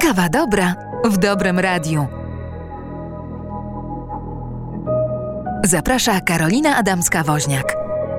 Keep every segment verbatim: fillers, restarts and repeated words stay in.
Kawa dobra w dobrym radiu. Zaprasza Karolina Adamska-Woźniak.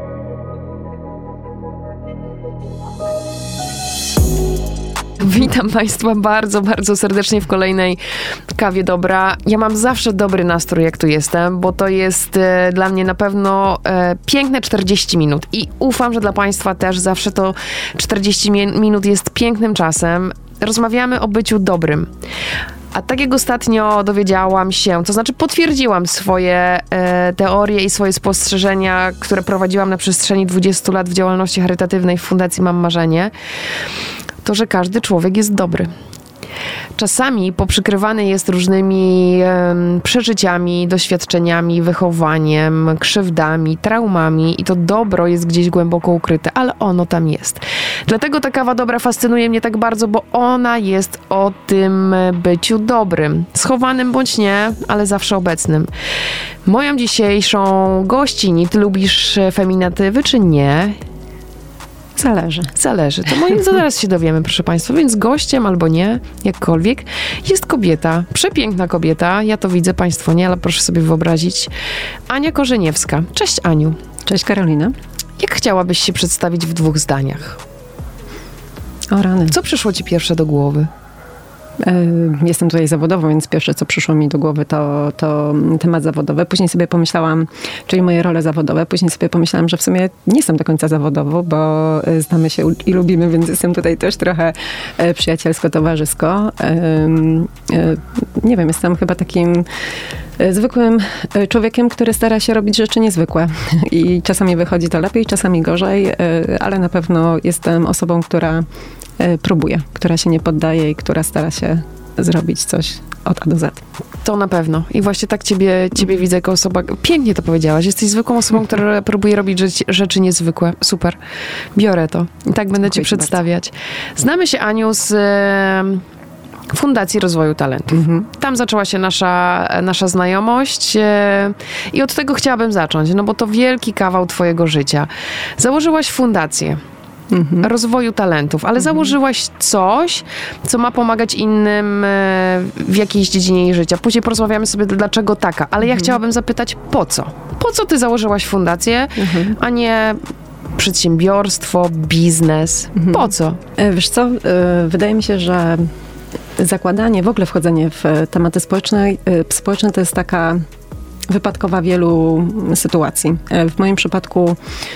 Witam Państwa bardzo, bardzo serdecznie w kolejnej Kawie Dobra. Ja mam zawsze dobry nastrój, jak tu jestem, bo to jest e, dla mnie na pewno e, piękne czterdzieści minut i ufam, że dla Państwa też zawsze to czterdzieści mi- minut jest pięknym czasem. Rozmawiamy o byciu dobrym. A tak jak ostatnio dowiedziałam się, to znaczy potwierdziłam swoje e, teorie i swoje spostrzeżenia, które prowadziłam na przestrzeni dwudziestu lat w działalności charytatywnej w Fundacji Mam Marzenie, to, że każdy człowiek jest dobry. Czasami poprzykrywany jest różnymi e, przeżyciami, doświadczeniami, wychowaniem, krzywdami, traumami i to dobro jest gdzieś głęboko ukryte, ale ono tam jest. Dlatego ta Kawa Dobra fascynuje mnie tak bardzo, bo ona jest o tym byciu dobrym. Schowanym bądź nie, ale zawsze obecnym. Moją dzisiejszą gościni, ty lubisz feminatywy czy nie? Zależy. Zależy. To moim zaraz się dowiemy, proszę Państwa. Więc gościem albo nie, jakkolwiek, jest kobieta. Przepiękna kobieta. Ja to widzę, Państwo nie, ale proszę sobie wyobrazić. Ania Korzeniewska. Cześć, Aniu. Cześć, Karolina. Jak chciałabyś się przedstawić w dwóch zdaniach? O rany. Co przyszło ci pierwsze do głowy? Jestem tutaj zawodowo, więc pierwsze, co przyszło mi do głowy, to, to temat zawodowy. Później sobie pomyślałam, czyli moje role zawodowe. Później sobie pomyślałam, że w sumie nie jestem do końca zawodowo, bo znamy się i lubimy, więc jestem tutaj też trochę przyjacielsko-towarzysko. Nie wiem, jestem chyba takim zwykłym człowiekiem, który stara się robić rzeczy niezwykłe. I czasami wychodzi to lepiej, czasami gorzej, ale na pewno jestem osobą, która próbuje, która się nie poddaje i która stara się zrobić coś od A do Z. To na pewno. I właśnie tak ciebie, ciebie widzę jako osoba. Pięknie to powiedziałaś. Jesteś zwykłą osobą, która próbuje robić rzeczy, rzeczy niezwykłe. Super. Biorę to. I tak będę cię przedstawiać. Bardzo. Znamy się, Aniu, z e, Fundacji Rozwoju Talentów. Mhm. Tam zaczęła się nasza, nasza znajomość e, i od tego chciałabym zacząć, no bo to wielki kawał twojego życia. Założyłaś fundację Mhm. rozwoju talentów, ale mhm. założyłaś coś, co ma pomagać innym w jakiejś dziedzinie jej życia. Później porozmawiamy sobie, dlaczego taka, ale ja mhm. chciałabym zapytać, po co? Po co ty założyłaś fundację, mhm. a nie przedsiębiorstwo, biznes? Mhm. Po co? Wiesz co, wydaje mi się, że zakładanie, w ogóle wchodzenie w tematy społeczne, społeczne to jest taka wypadkowa wielu sytuacji. W moim przypadku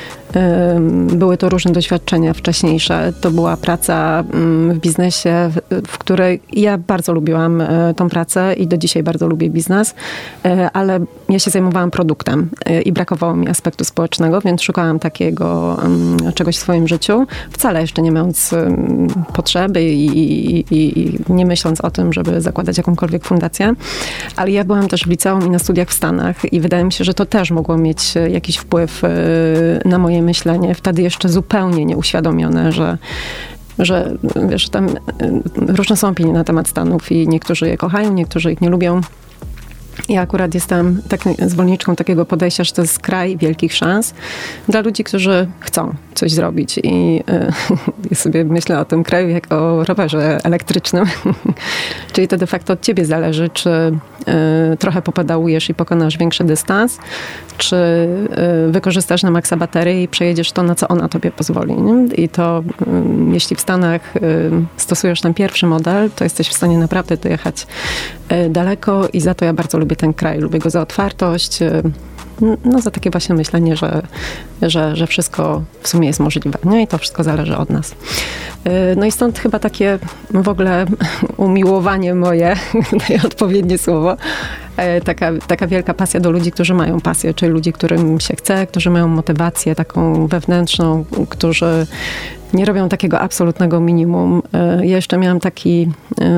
były to różne doświadczenia wcześniejsze. To była praca w biznesie, w której ja bardzo lubiłam tą pracę i do dzisiaj bardzo lubię biznes, ale ja się zajmowałam produktem i brakowało mi aspektu społecznego, więc szukałam takiego czegoś w swoim życiu, wcale jeszcze nie mając potrzeby i, i, i nie myśląc o tym, żeby zakładać jakąkolwiek fundację. Ale ja byłam też w liceum i na studiach w Stanach i wydaje mi się, że to też mogło mieć jakiś wpływ na moje myślenie, wtedy jeszcze zupełnie nieuświadomione, że, że wiesz, tam różne są opinie na temat Stanów i niektórzy je kochają, niektórzy ich nie lubią. Ja akurat jestem tak, zwolenniczką takiego podejścia, że to jest kraj wielkich szans dla ludzi, którzy chcą coś zrobić. I y, sobie myślę o tym kraju jak o rowerze elektrycznym. Czyli to de facto od ciebie zależy, czy y, trochę popedałujesz i pokonasz większy dystans, czy y, wykorzystasz na maksa baterię i przejedziesz to, na co ona tobie pozwoli. Nie? I to y, jeśli w Stanach y, stosujesz ten pierwszy model, to jesteś w stanie naprawdę dojechać y, daleko i za to ja bardzo lubię ten kraj. Lubię go za otwartość, y, no za takie właśnie myślenie, że, że, że wszystko w sumie jest możliwe, nie? I to wszystko zależy od nas. No i stąd chyba takie w ogóle umiłowanie moje, daję odpowiednie słowo, taka, taka wielka pasja do ludzi, którzy mają pasję, czyli ludzi, którym się chce, którzy mają motywację taką wewnętrzną, którzy nie robią takiego absolutnego minimum. Ja jeszcze miałam taki...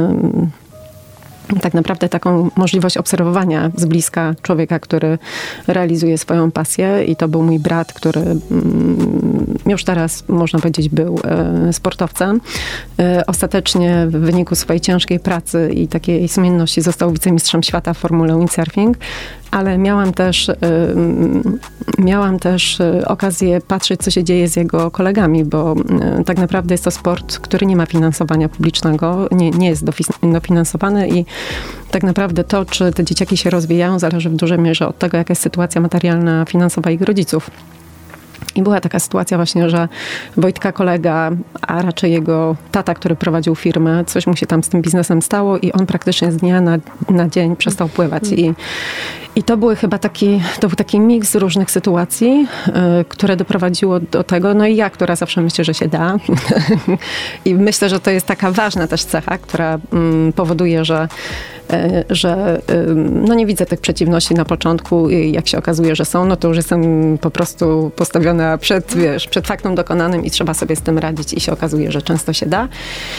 tak naprawdę taką możliwość obserwowania z bliska człowieka, który realizuje swoją pasję i to był mój brat, który już teraz można powiedzieć był sportowcem. Ostatecznie w wyniku swojej ciężkiej pracy i takiej sumienności został wicemistrzem świata w formule windsurfing ale miałam też, miałam też okazję patrzeć, co się dzieje z jego kolegami, bo tak naprawdę jest to sport, który nie ma finansowania publicznego, nie, nie jest dofinansowany i tak naprawdę to, czy te dzieciaki się rozwijają, zależy w dużej mierze od tego, jaka jest sytuacja materialna, finansowa ich rodziców. I była taka sytuacja właśnie, że Wojtka kolega, a raczej jego tata, który prowadził firmę, coś mu się tam z tym biznesem stało i on praktycznie z dnia na, na dzień przestał pływać. I, i to były chyba taki, to był taki miks różnych sytuacji, y, które doprowadziło do tego, no i ja, która zawsze myślę, że się da. I myślę, że to jest taka ważna też cecha, która mm, powoduje, że że no nie widzę tych przeciwności na początku i jak się okazuje, że są, no to już jestem po prostu postawiona przed, wiesz, przed faktem dokonanym i trzeba sobie z tym radzić i się okazuje, że często się da.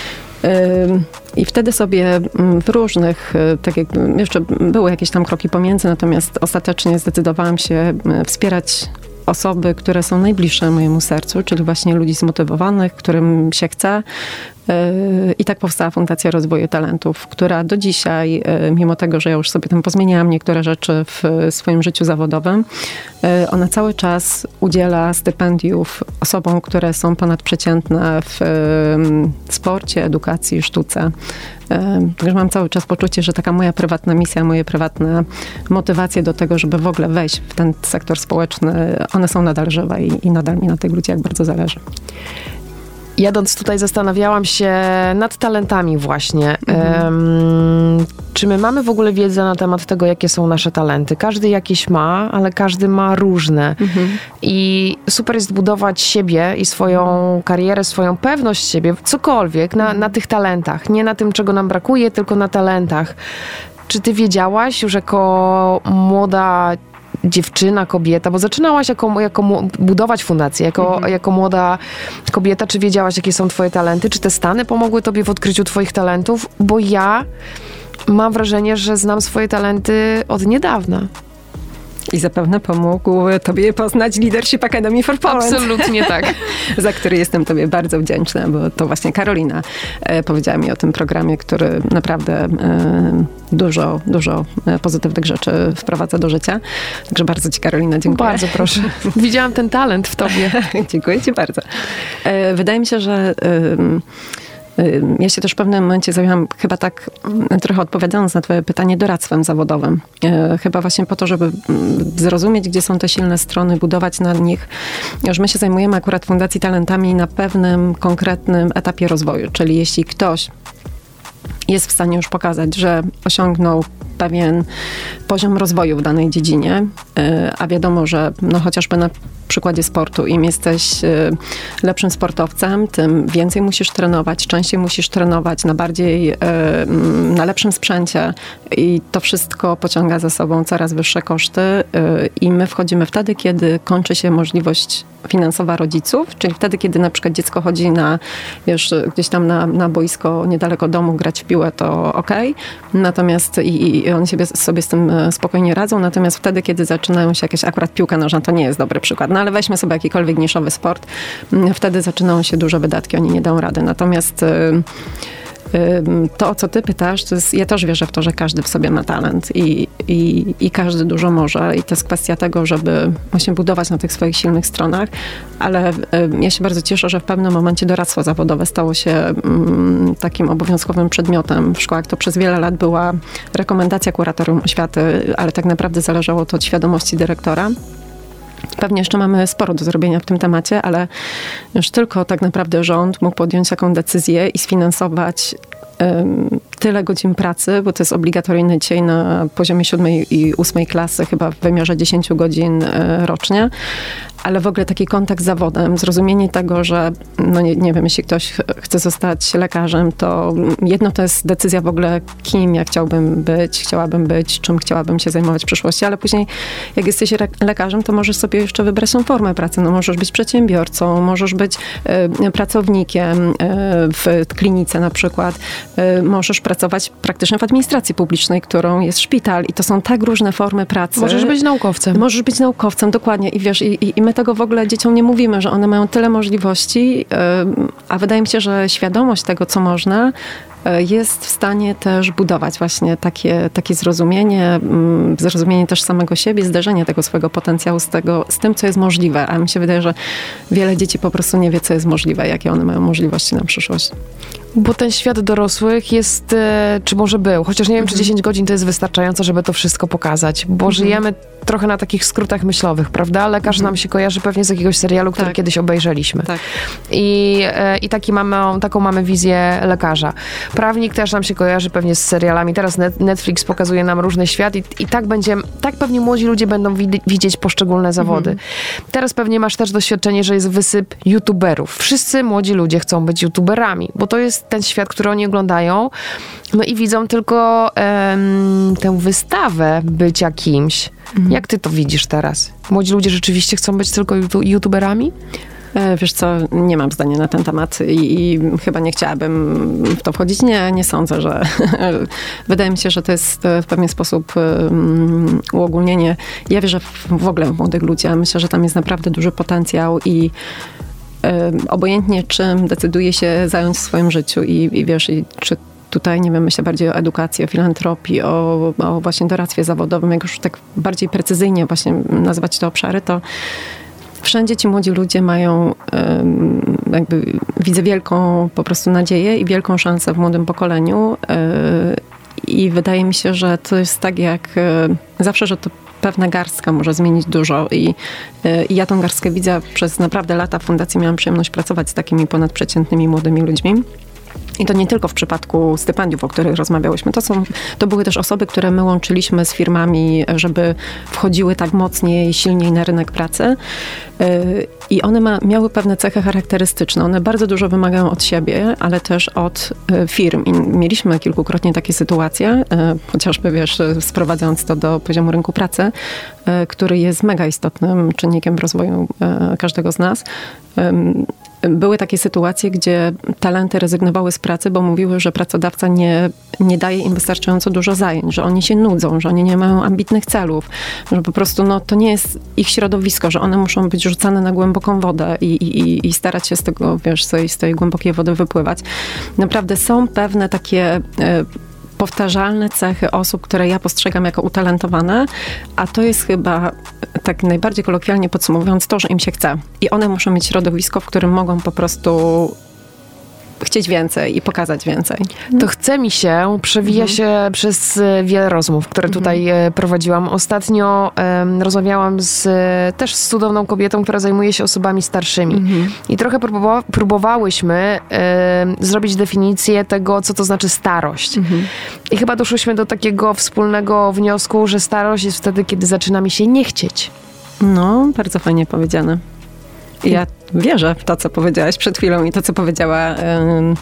I wtedy sobie w różnych, tak jak jeszcze były jakieś tam kroki pomiędzy, natomiast ostatecznie zdecydowałam się wspierać osoby, które są najbliższe mojemu sercu, czyli właśnie ludzi zmotywowanych, którym się chce. I tak powstała Fundacja Rozwoju Talentów, która do dzisiaj, mimo tego, że ja już sobie tam pozmieniałam niektóre rzeczy w swoim życiu zawodowym, ona cały czas udziela stypendiów osobom, które są ponadprzeciętne w sporcie, edukacji, sztuce. Także mam cały czas poczucie, że taka moja prywatna misja, moje prywatne motywacje do tego, żeby w ogóle wejść w ten sektor społeczny, one są nadal żywe i, i nadal mi na tych ludziach bardzo zależy. Jadąc tutaj zastanawiałam się nad talentami właśnie. Mhm. Um, czy my mamy w ogóle wiedzę na temat tego, jakie są nasze talenty? Każdy jakieś ma, ale każdy ma różne. Mhm. I super jest budować siebie i swoją karierę, swoją pewność siebie, cokolwiek, na, na tych talentach. Nie na tym, czego nam brakuje, tylko na talentach. Czy ty wiedziałaś już jako młoda dziewczyna, kobieta, bo zaczynałaś jako, jako budować fundację, jako, mhm. jako młoda kobieta, czy wiedziałaś, jakie są twoje talenty? Czy te stany pomogły tobie w odkryciu twoich talentów? Bo ja mam wrażenie, że znam swoje talenty od niedawna. I zapewne pomógł tobie poznać Leadership Academy for Poland. Absolutnie tak. Za który jestem tobie bardzo wdzięczna, bo to właśnie Karolina e, powiedziała mi o tym programie, który naprawdę e, dużo, dużo pozytywnych rzeczy wprowadza do życia. Także bardzo ci, Karolina, dziękuję. Bardzo proszę. Widziałam ten talent w tobie. Dziękuję ci bardzo. E, wydaje mi się, że e, ja się też w pewnym momencie zajęłam, chyba tak trochę odpowiadając na twoje pytanie, doradztwem zawodowym. Chyba właśnie po to, żeby zrozumieć, gdzie są te silne strony, budować na nich. Już my się zajmujemy akurat Fundacji Talentami na pewnym konkretnym etapie rozwoju. Czyli jeśli ktoś jest w stanie już pokazać, że osiągnął pewien poziom rozwoju w danej dziedzinie, a wiadomo, że no chociażby na przykładzie sportu, im jesteś lepszym sportowcem, tym więcej musisz trenować, częściej musisz trenować na bardziej, na lepszym sprzęcie i to wszystko pociąga za sobą coraz wyższe koszty i my wchodzimy wtedy, kiedy kończy się możliwość finansowa rodziców, czyli wtedy, kiedy na przykład dziecko chodzi na, wiesz, gdzieś tam na, na boisko niedaleko domu grać w piłę, to okej. Okay. Natomiast i, i oni sobie, sobie z tym spokojnie radzą. Natomiast wtedy, kiedy zaczynają się jakieś, akurat piłka nożna to nie jest dobry przykład, no ale weźmy sobie jakikolwiek niszowy sport, wtedy zaczynają się duże wydatki, oni nie dają rady. Natomiast to, o co ty pytasz, to jest, ja też wierzę w to, że każdy w sobie ma talent i, i, i każdy dużo może i to jest kwestia tego, żeby właśnie budować na tych swoich silnych stronach, ale ja się bardzo cieszę, że w pewnym momencie doradztwo zawodowe stało się mm, takim obowiązkowym przedmiotem w szkołach. To przez wiele lat była rekomendacja kuratorium oświaty, ale tak naprawdę zależało to od świadomości dyrektora. Pewnie jeszcze mamy sporo do zrobienia w tym temacie, ale już tylko tak naprawdę rząd mógł podjąć taką decyzję i sfinansować um, tyle godzin pracy, bo to jest obligatoryjne dzisiaj na poziomie siódmej i ósmej klasy, chyba w wymiarze dziesięć godzin e, rocznie. Ale w ogóle taki kontakt z zawodem, zrozumienie tego, że no nie, nie wiem, jeśli ktoś chce zostać lekarzem, to jedno to jest decyzja w ogóle, kim ja chciałbym być, chciałabym być, czym chciałabym się zajmować w przyszłości, ale później jak jesteś lekarzem, to możesz sobie jeszcze wybrać tą formę pracy. No możesz być przedsiębiorcą, możesz być y, pracownikiem y, w klinice na przykład, y, możesz pracować praktycznie w administracji publicznej, którą jest szpital i to są tak różne formy pracy. Możesz być naukowcem. Możesz być naukowcem, dokładnie. I wiesz, i, i, i my tego w ogóle dzieciom nie mówimy, że one mają tyle możliwości, a wydaje mi się, że świadomość tego, co można, jest w stanie też budować właśnie takie, takie zrozumienie, zrozumienie też samego siebie, zderzenie tego swojego potencjału z, tego, z tym, co jest możliwe. A mi się wydaje, że wiele dzieci po prostu nie wie, co jest możliwe, jakie one mają możliwości na przyszłość. Bo ten świat dorosłych jest, czy może był, chociaż nie wiem, Mhm. czy dziesięć godzin to jest wystarczająco, żeby to wszystko pokazać, bo Mhm. żyjemy trochę na takich skrótach myślowych, prawda? Lekarz Mhm. nam się kojarzy pewnie z jakiegoś serialu, który Tak. kiedyś obejrzeliśmy. Tak. I, e, i taki mamy, taką mamy wizję lekarza. Prawnik też nam się kojarzy pewnie z serialami. Teraz net, Netflix pokazuje nam różny świat i, i tak będzie, tak pewnie młodzi ludzie będą wid- widzieć poszczególne zawody. Mhm. Teraz pewnie masz też doświadczenie, że jest wysyp youtuberów. Wszyscy młodzi ludzie chcą być youtuberami, bo to jest ten świat, który oni oglądają, no i widzą tylko em, tę wystawę bycia kimś. Mhm. Jak ty to widzisz teraz? Młodzi ludzie rzeczywiście chcą być tylko youtu- youtuberami? E, Wiesz co, nie mam zdania na ten temat i, i chyba nie chciałabym w to wchodzić. Nie, nie sądzę, że... Wydaje mi się, że to jest w pewien sposób um, uogólnienie. Ja wierzę w, w ogóle w młodych ludzi, a myślę, że tam jest naprawdę duży potencjał i um, obojętnie czym decyduje się zająć w swoim życiu i, i wiesz, i czy tutaj, nie wiem, myślę bardziej o edukacji, o filantropii, o, o właśnie doradztwie zawodowym, jak już tak bardziej precyzyjnie właśnie nazywać te obszary, to wszędzie ci młodzi ludzie mają, um, jakby widzę wielką po prostu nadzieję i wielką szansę w młodym pokoleniu yy, i wydaje mi się, że to jest tak jak yy, zawsze, że to pewna garstka może zmienić dużo i, yy, i ja tą garstkę widzę przez naprawdę lata w fundacji. Miałam przyjemność pracować z takimi ponadprzeciętnymi młodymi ludźmi. I to nie tylko w przypadku stypendiów, o których rozmawiałyśmy. To, są, to były też osoby, które my łączyliśmy z firmami, żeby wchodziły tak mocniej, silniej na rynek pracy. I one ma, miały pewne cechy charakterystyczne. One bardzo dużo wymagają od siebie, ale też od firm. I mieliśmy kilkukrotnie takie sytuacje, chociażby, wiesz, sprowadzając to do poziomu rynku pracy, który jest mega istotnym czynnikiem w rozwoju każdego z nas. Były takie sytuacje, gdzie talenty rezygnowały z pracy, bo mówiły, że pracodawca nie, nie daje im wystarczająco dużo zajęć, że oni się nudzą, że oni nie mają ambitnych celów, że po prostu no, to nie jest ich środowisko, że one muszą być rzucane na głęboką wodę i, i, i starać się z tego, wiesz, z tej, z tej głębokiej wody wypływać. Naprawdę są pewne takie e, powtarzalne cechy osób, które ja postrzegam jako utalentowane, a to jest chyba, tak najbardziej kolokwialnie podsumowując, to, że im się chce. I one muszą mieć środowisko, w którym mogą po prostu chcieć więcej i pokazać więcej. To chce mi się, przewija Mhm. się przez wiele rozmów, które tutaj mhm. prowadziłam. Ostatnio um, rozmawiałam z, też z cudowną kobietą, która zajmuje się osobami starszymi. Mhm. I trochę próbowa- próbowałyśmy um, zrobić definicję tego, co to znaczy starość. Mhm. I chyba doszłyśmy do takiego wspólnego wniosku, że starość jest wtedy, kiedy zaczyna mi się nie chcieć. No, bardzo fajnie powiedziane. Ja wierzę w to, co powiedziałaś przed chwilą i to, co powiedziała y,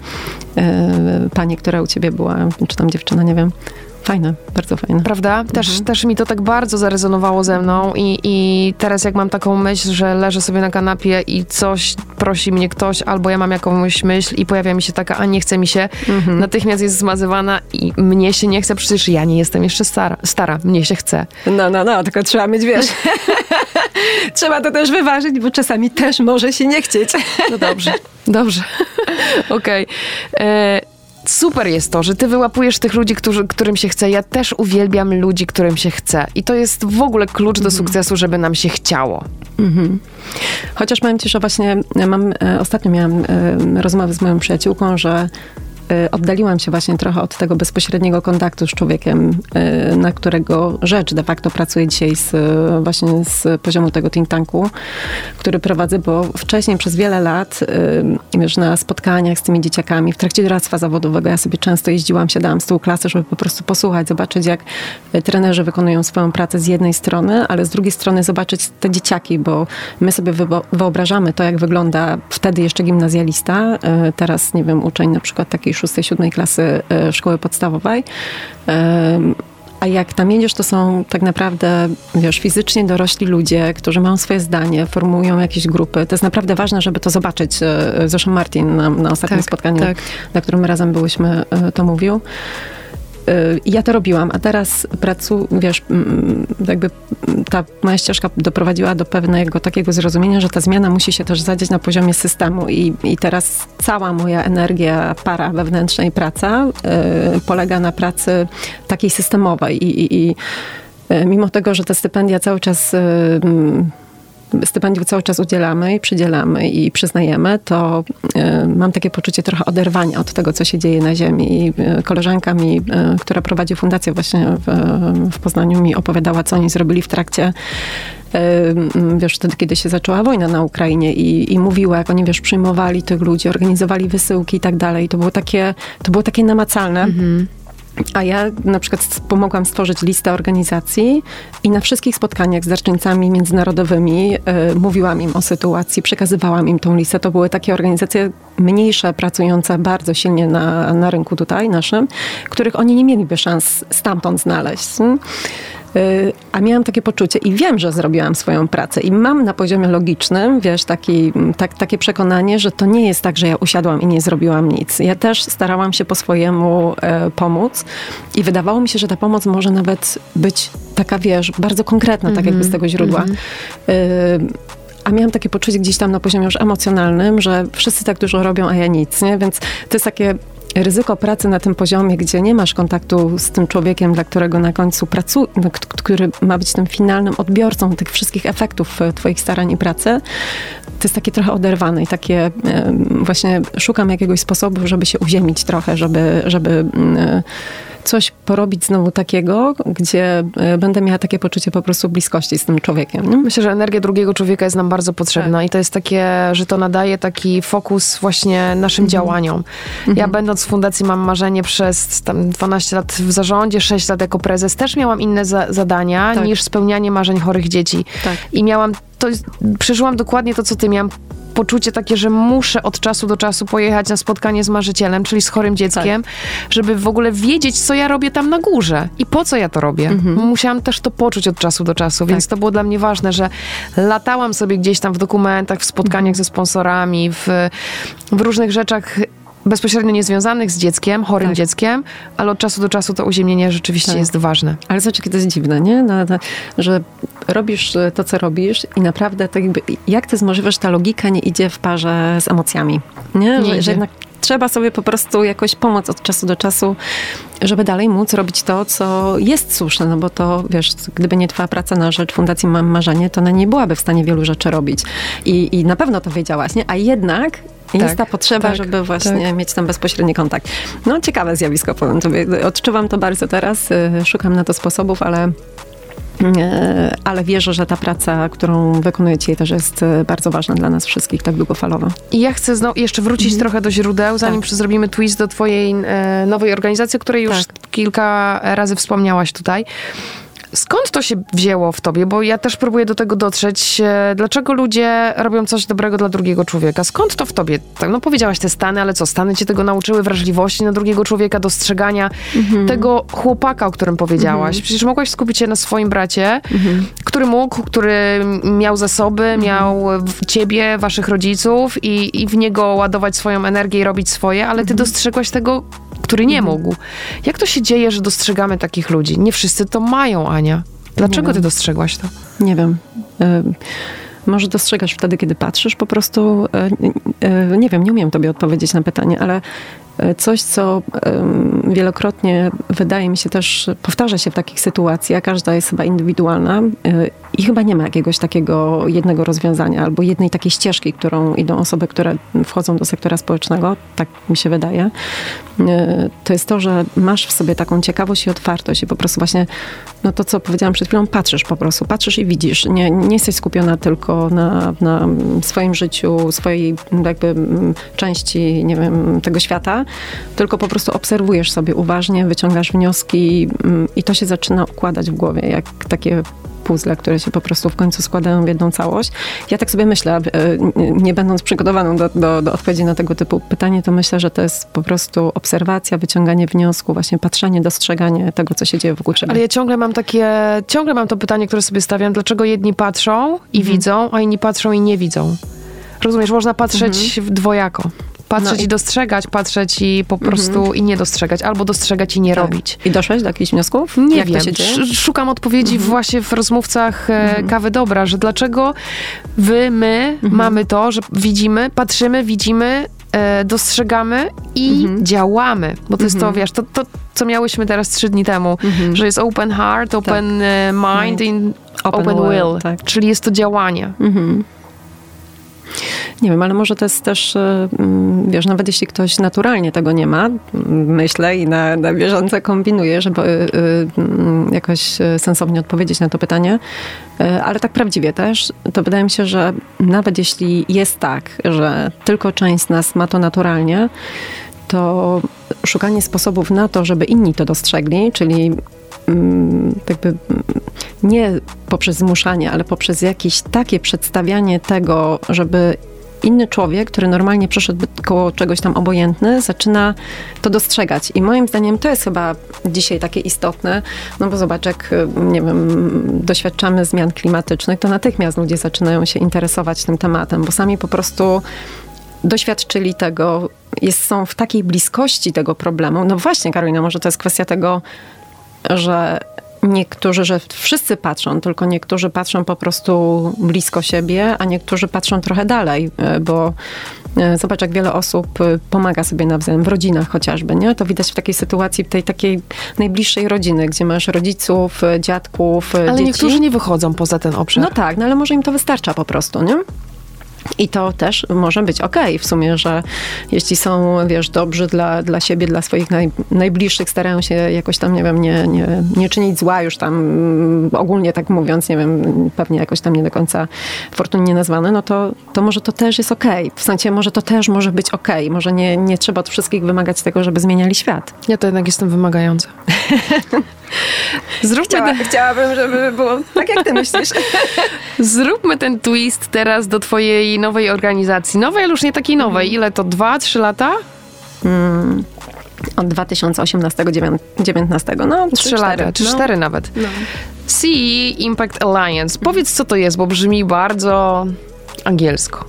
y, pani, która u ciebie była, czy tam dziewczyna, nie wiem. Fajne, bardzo fajne. Prawda? Też, Mhm. też mi to tak bardzo zarezonowało ze mną i, i teraz jak mam taką myśl, że leżę sobie na kanapie i coś prosi mnie ktoś, albo ja mam jakąś myśl i pojawia mi się taka, a nie chce mi się, Mhm. natychmiast jest zmazywana i mnie się nie chce, przecież ja nie jestem jeszcze stara, stara mnie się chce. No, no, no, tylko trzeba mieć, wiesz, trzeba to też wyważyć, bo czasami też może się nie chcieć. No dobrze, dobrze. Okej. Okay. Super jest to, że ty wyłapujesz tych ludzi, którzy, którym się chce. Ja też uwielbiam ludzi, którym się chce. I to jest w ogóle klucz do sukcesu, żeby nam się chciało. Mhm. Chociaż powiem ci, że właśnie mam, ostatnio miałam rozmowę z moją przyjaciółką, że oddaliłam się właśnie trochę od tego bezpośredniego kontaktu z człowiekiem, na którego rzecz de facto pracuję dzisiaj z, właśnie z poziomu tego think tanku, który prowadzę, bo wcześniej przez wiele lat, wiesz, na spotkaniach z tymi dzieciakami, w trakcie doradztwa zawodowego, ja sobie często jeździłam, siadałam z tyłu klasy, żeby po prostu posłuchać, zobaczyć, jak trenerzy wykonują swoją pracę z jednej strony, ale z drugiej strony zobaczyć te dzieciaki, bo my sobie wyobrażamy to, jak wygląda wtedy jeszcze gimnazjalista, teraz, nie wiem, uczeń na przykład takiej szóstej, siódmej klasy szkoły podstawowej. A jak tam jedziesz, to są tak naprawdę, wiesz, fizycznie dorośli ludzie, którzy mają swoje zdanie, formują jakieś grupy. To jest naprawdę ważne, żeby to zobaczyć. Zresztą Martin na, na ostatnim tak, spotkaniu, tak. na którym razem byłyśmy, to mówił. ja to robiłam, a teraz pracuję, wiesz, jakby ta moja ścieżka doprowadziła do pewnego takiego zrozumienia, że ta zmiana musi się też zadziać na poziomie systemu i, i teraz cała moja energia, para wewnętrzna i praca y, polega na pracy takiej systemowej i, i, i y, mimo tego, że te stypendia cały czas y, stypendium cały czas udzielamy i przydzielamy i przyznajemy, to y, mam takie poczucie trochę oderwania od tego, co się dzieje na ziemi. I y, koleżanka mi, y, która prowadzi fundację właśnie w, w Poznaniu, mi opowiadała, co oni zrobili w trakcie y, wiesz, wtedy, kiedy się zaczęła wojna na Ukrainie i, i mówiła, jak oni, wiesz, przyjmowali tych ludzi, organizowali wysyłki i tak dalej. To było takie, to było takie namacalne. Mhm. A ja na przykład pomogłam stworzyć listę organizacji i na wszystkich spotkaniach z darczyńcami międzynarodowymi y, mówiłam im o sytuacji, przekazywałam im tą listę. To były takie organizacje mniejsze, pracujące bardzo silnie na, na rynku tutaj naszym, których oni nie mieliby szans stamtąd znaleźć. A miałam takie poczucie i wiem, że zrobiłam swoją pracę i mam na poziomie logicznym, wiesz, taki, tak, takie przekonanie, że to nie jest tak, że ja usiadłam i nie zrobiłam nic. Ja też starałam się po swojemu e, pomóc i wydawało mi się, że ta pomoc może nawet być taka, wiesz, bardzo konkretna, mm-hmm. tak jakby z tego źródła. Mm-hmm. e, A miałam takie poczucie gdzieś tam na poziomie już emocjonalnym, że wszyscy tak dużo robią, a ja nic, nie? Więc to jest takie ryzyko pracy na tym poziomie, gdzie nie masz kontaktu z tym człowiekiem, dla którego na końcu pracujesz, który ma być tym finalnym odbiorcą tych wszystkich efektów twoich starań i pracy. To jest takie trochę oderwane i takie właśnie szukam jakiegoś sposobu, żeby się uziemić trochę, żeby, żeby coś porobić znowu takiego, gdzie będę miała takie poczucie po prostu bliskości z tym człowiekiem. Nie? Myślę, że energia drugiego człowieka jest nam bardzo potrzebna tak. i to jest takie, że to nadaje taki fokus właśnie naszym mm-hmm. działaniom. Mm-hmm. Ja będąc w fundacji Mam Marzenie przez tam dwanaście lat w zarządzie, sześć lat jako prezes, też miałam inne za- zadania tak. niż spełnianie marzeń chorych dzieci. Tak. I miałam, to przeżyłam dokładnie to, co ty miałam. Poczucie takie, że muszę od czasu do czasu pojechać na spotkanie z marzycielem, czyli z chorym dzieckiem, tak. żeby w ogóle wiedzieć, co ja robię tam na górze i po co ja to robię. Mhm. Musiałam też to poczuć od czasu do czasu, tak. więc to było dla mnie ważne, że latałam sobie gdzieś tam w dokumentach, w spotkaniach mhm. ze sponsorami, w, w różnych rzeczach bezpośrednio niezwiązanych z dzieckiem, chorym tak. dzieckiem, ale od czasu do czasu to uziemienie rzeczywiście tak. jest ważne. Ale zobacz, jakie to jest dziwne, nie? No, no, że robisz to, co robisz i naprawdę tak jakby, jak to jest możliwe, że ta logika nie idzie w parze z emocjami, nie? nie że, że jednak trzeba sobie po prostu jakoś pomóc od czasu do czasu, żeby dalej móc robić to, co jest słuszne, no bo to, wiesz, gdyby nie twoja praca na rzecz Fundacji Mam Marzenie, to ona nie byłaby w stanie wielu rzeczy robić. I, i na pewno to wiedziałaś, nie? A jednak jest tak, ta potrzeba, tak, żeby właśnie tak. mieć tam bezpośredni kontakt. No ciekawe zjawisko, powiem tobie. Odczuwam to bardzo teraz, szukam na to sposobów, ale ale wierzę, że ta praca, którą wykonujecie, też jest bardzo ważna dla nas wszystkich, tak długofalowo. I ja chcę znowu jeszcze wrócić mm. trochę do źródeł, zanim tak. zrobimy twist do twojej e, nowej organizacji, o której już tak. kilka razy wspomniałaś tutaj. Skąd to się wzięło w tobie? Bo ja też próbuję do tego dotrzeć. Dlaczego ludzie robią coś dobrego dla drugiego człowieka? Skąd to w tobie? Tak, no powiedziałaś te stany, ale co? Stany cię tego nauczyły? Wrażliwości na drugiego człowieka, dostrzegania mhm. tego chłopaka, o którym powiedziałaś. Mhm. Przecież mogłaś skupić się na swoim bracie, mhm. który mógł, który miał zasoby, mhm. miał ciebie, waszych rodziców i, i w niego ładować swoją energię i robić swoje, ale ty mhm. dostrzegłaś tego, który nie mhm. mógł. Jak to się dzieje, że dostrzegamy takich ludzi? Nie wszyscy to mają, Ania. Dlaczego ty dostrzegłaś to? Nie wiem. Y- może dostrzegasz wtedy, kiedy patrzysz po prostu. Y- y- nie wiem, nie umiem tobie odpowiedzieć na pytanie, ale coś, co y- wielokrotnie wydaje mi się też, powtarza się w takich sytuacjach, każda jest chyba indywidualna y- i chyba nie ma jakiegoś takiego jednego rozwiązania albo jednej takiej ścieżki, którą idą osoby, które wchodzą do sektora społecznego, tak mi się wydaje. To jest to, że masz w sobie taką ciekawość i otwartość i po prostu właśnie, no to co powiedziałam przed chwilą, patrzysz po prostu, patrzysz i widzisz. Nie, nie jesteś skupiona tylko na, na swoim życiu, swojej jakby części, nie wiem, tego świata, tylko po prostu obserwujesz sobie uważnie, wyciągasz wnioski i to się zaczyna układać w głowie, jak takie puzzle, które się po prostu w końcu składają w jedną całość. Ja tak sobie myślę, nie będąc przygotowaną do, do, do odpowiedzi na tego typu pytanie, to myślę, że to jest po prostu obserwacja, wyciąganie wniosku, właśnie patrzenie, dostrzeganie tego, co się dzieje wokół ciebie. Ale ja ciągle mam takie, ciągle mam to pytanie, które sobie stawiam, dlaczego jedni patrzą i mhm. widzą, a inni patrzą i nie widzą. Rozumiesz, można patrzeć mhm. dwojako. Patrzeć No i, i- dostrzegać, patrzeć i po prostu Mhm. i nie dostrzegać, albo dostrzegać i nie Tak. robić. I doszłaś do jakichś wniosków? Nie Jak wiem. to się dzieje? Sz- Szukam odpowiedzi Mhm. właśnie w rozmówcach e, Mhm. Kawy Dobra, że dlaczego wy, my Mhm. mamy to, że widzimy, patrzymy, widzimy, e, dostrzegamy i Mhm. działamy. Bo to jest to, Mhm. wiesz, to, to, co miałyśmy teraz trzy dni temu, Mhm. że jest open heart, open e, mind Mind. i Open open, will, will, tak. czyli jest to działanie. Mhm. Nie wiem, ale może to jest też, y, mm, wiesz, nawet jeśli ktoś naturalnie tego nie ma, mm, myślę i na, na bieżąco kombinuję, żeby y, y, mm, jakoś y, sensownie odpowiedzieć na to pytanie, y, ale tak prawdziwie też, to wydaje mi się, że nawet jeśli jest tak, że tylko część z nas ma to naturalnie, to szukanie sposobów na to, żeby inni to dostrzegli, czyli mm, jakby mm, nie poprzez zmuszanie, ale poprzez jakieś takie przedstawianie tego, żeby inny człowiek, który normalnie przeszedłby koło czegoś tam obojętny, zaczyna to dostrzegać. I moim zdaniem to jest chyba dzisiaj takie istotne, no bo zobacz, jak, nie wiem, doświadczamy zmian klimatycznych, to natychmiast ludzie zaczynają się interesować tym tematem, bo sami po prostu doświadczyli tego, jest, są w takiej bliskości tego problemu. No właśnie, Karolina, może to jest kwestia tego, że niektórzy, że wszyscy patrzą, tylko niektórzy patrzą po prostu blisko siebie, a niektórzy patrzą trochę dalej, bo zobacz, jak wiele osób pomaga sobie nawzajem, w rodzinach chociażby, nie? To widać w takiej sytuacji, tej takiej najbliższej rodziny, gdzie masz rodziców, dziadków, Ale dzieci. niektórzy nie wychodzą poza ten obszar. No tak, no ale może im to wystarcza po prostu, nie? I to też może być okej w sumie, że jeśli są, wiesz, dobrzy dla, dla siebie, dla swoich naj, najbliższych, starają się jakoś tam, nie wiem, nie, nie, nie czynić zła już tam, mm, ogólnie tak mówiąc, nie wiem, pewnie jakoś tam nie do końca fortunnie nazwane, no to, to może to też jest okej. W sensie może to też może być okej. Może nie, nie trzeba od wszystkich wymagać tego, żeby zmieniali świat. Ja to jednak jestem wymagająca. Zróbmy, Chciała, ten, chciałabym, żeby było tak, jak ty myślisz. zróbmy ten twist teraz do twojej nowej organizacji. Nowej, ale już nie takiej nowej. Ile to? Dwa, trzy lata? Mm, od dwa tysiące osiemnastego do dziewiętnastego. No, Trzy lata, czy no. cztery nawet. No. C E Impact Alliance. Powiedz, co to jest, bo brzmi bardzo angielsko.